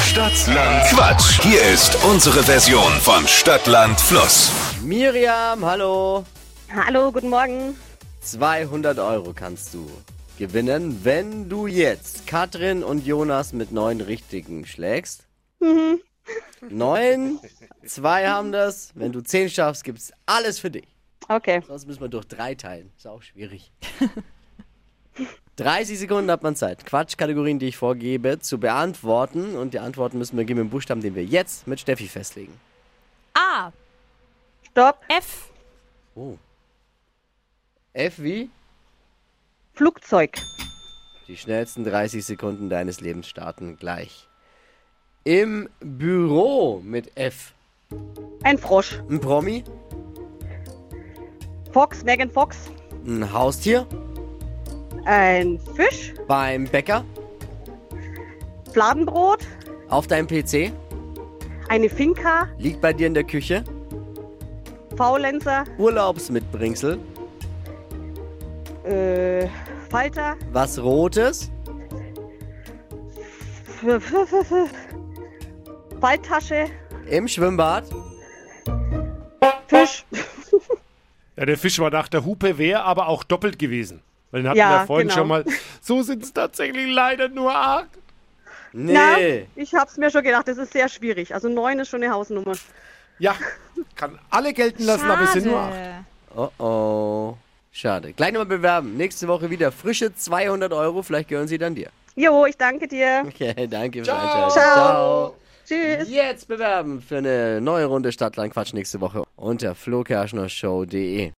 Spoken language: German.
Stadtland Quatsch. Hier ist unsere Version von Stadtland Fluss. Miriam, hallo. Hallo, guten Morgen. 200 Euro kannst du gewinnen, wenn du jetzt Katrin und Jonas mit 9 Richtigen schlägst. 9, 2 haben das. Wenn du 10 schaffst, gibt's alles für dich. Okay. Sonst müssen wir durch 3 teilen. Ist auch schwierig. 30 Sekunden hat man Zeit, Quatschkategorien, die ich vorgebe, zu beantworten. Und die Antworten müssen wir geben im Buchstaben, den wir jetzt mit Steffi festlegen. A. Stopp. F. Oh. F wie? Flugzeug. Die schnellsten 30 Sekunden deines Lebens starten gleich. Im Büro mit F. Ein Frosch. Ein Promi. Fox, Megan Fox. Ein Haustier. Ein Fisch. Beim Bäcker. Fladenbrot. Auf deinem PC. Eine Finca. Liegt bei dir in der Küche. Faulenzer. Urlaubsmitbringsel. Falter. Was Rotes. Falttasche. Im Schwimmbad. Fisch. Ja, der Fisch war nach der Hupe wäre aber auch doppelt gewesen. Weil den hatten Ja, wir vorhin genau. schon mal. So sind es tatsächlich leider nur 8. Nee. Na, ich hab's mir schon gedacht, das ist sehr schwierig. Also 9 ist schon eine Hausnummer. Ja, kann alle gelten lassen, aber es sind nur 8. Oh oh. Schade. Gleich nochmal bewerben. Nächste Woche wieder frische 200 Euro. Vielleicht gehören sie dann dir. Jo, ich danke dir. Okay, danke fürs Ciao. Einschalten. Ciao. Tschüss. Jetzt bewerben für eine neue Runde Stadtland Quatsch nächste Woche unter flokerschnershow.de.